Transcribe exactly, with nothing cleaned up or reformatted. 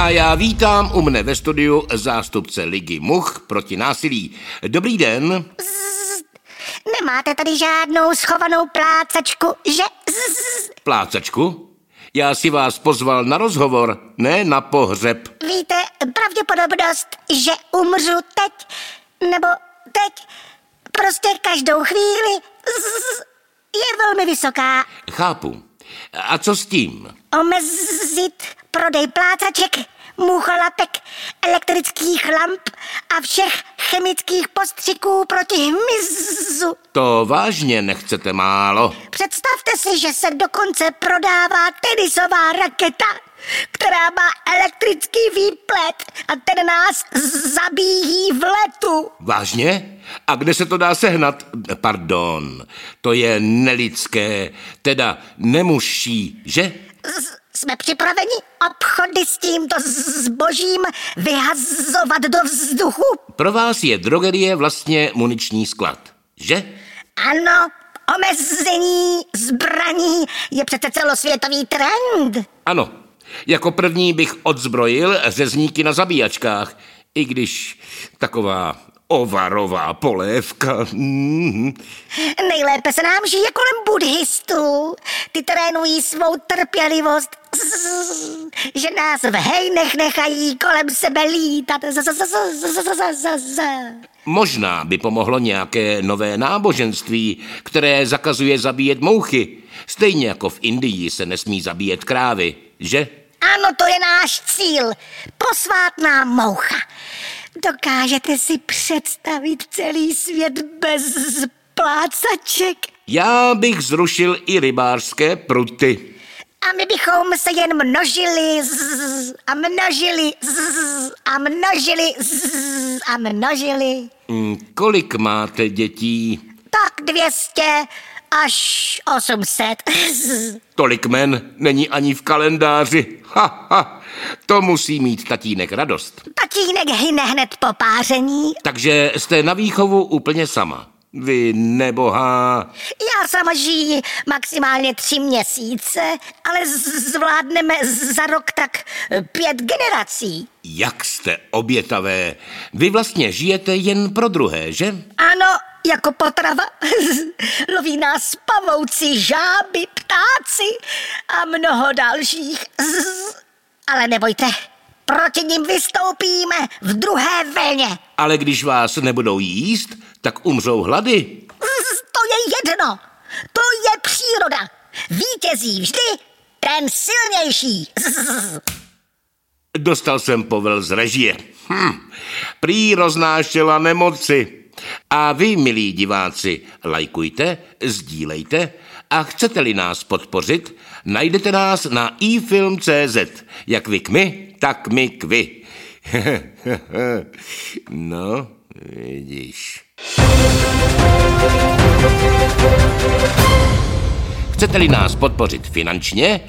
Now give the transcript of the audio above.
A já vítám u mne ve studiu zástupce Ligy much proti násilí. Dobrý den. Zzz, nemáte tady žádnou schovanou plácačku, že? Zzz. Plácačku? Já si vás pozval na rozhovor, ne na pohřeb. Víte, pravděpodobnost, že umřu teď, nebo teď, prostě každou chvíli, zzz, je velmi vysoká. Chápu. A co s tím? Omezit prodej plácaček, mucholapek, elektrických lamp a všech chemických postřiků proti hmyzu. To vážně nechcete málo. Představte si, že se dokonce prodává tenisová raketa, která má elektrický výplet a ten nás zabíjí v letu. Vážně? A kde se to dá sehnat? Pardon, to je nelidské, teda nemužší, že? Jsme připraveni obchody s tímto zbožím vyhazovat do vzduchu? Pro vás je drogerie vlastně muniční sklad, že? Ano, omezení zbraní je přece celosvětový trend. Ano, jako první bych odzbrojil řezníky na zabíjačkách, i když taková ovarová polévka. Mm. Nejlépe se nám žije kolem buddhistů. Ty trénují svou trpělivost, že nás v hejnech nechají kolem sebe lítat. Možná by pomohlo nějaké nové náboženství, které zakazuje zabíjet mouchy. Stejně jako v Indii se nesmí zabíjet krávy, že? Ano, to je náš cíl. Posvátná moucha. Dokážete si představit celý svět bez plácaček? Já bych zrušil i rybářské pruty. A my bychom se jen množili zzz, a množili zzz, a množili zzz, a množili. Hmm, kolik máte dětí? Tak dvě stě až osm set. Tolik men není ani v kalendáři. Ha, ha. To musí mít tatínek radost. Tatínek hyne hned po páření. Takže jste na výchovu úplně sama. Vy nebohá. Já sama žiji maximálně tři měsíce, ale zvládneme za rok tak pět generací. Jak jste obětavé. Vy vlastně žijete jen pro druhé, že? Ano, jako potrava. Loví nás pavouci, žáby, ptáci a mnoho dalších. Ale nebojte, proti nim vystoupíme v druhé vlně. Ale když vás nebudou jíst, tak umřou hlady. To je jedno. To je příroda. Vítězí vždy ten silnější. Dostal jsem povel z režie. Hm. Prý roznášela nemoci. A vy, milí diváci, lajkujte, sdílejte a chcete-li nás podpořit, najdete nás na i film tečka cé zet. Jak vy k my, tak my k vy. No, vidíš. Chcete-li nás podpořit finančně,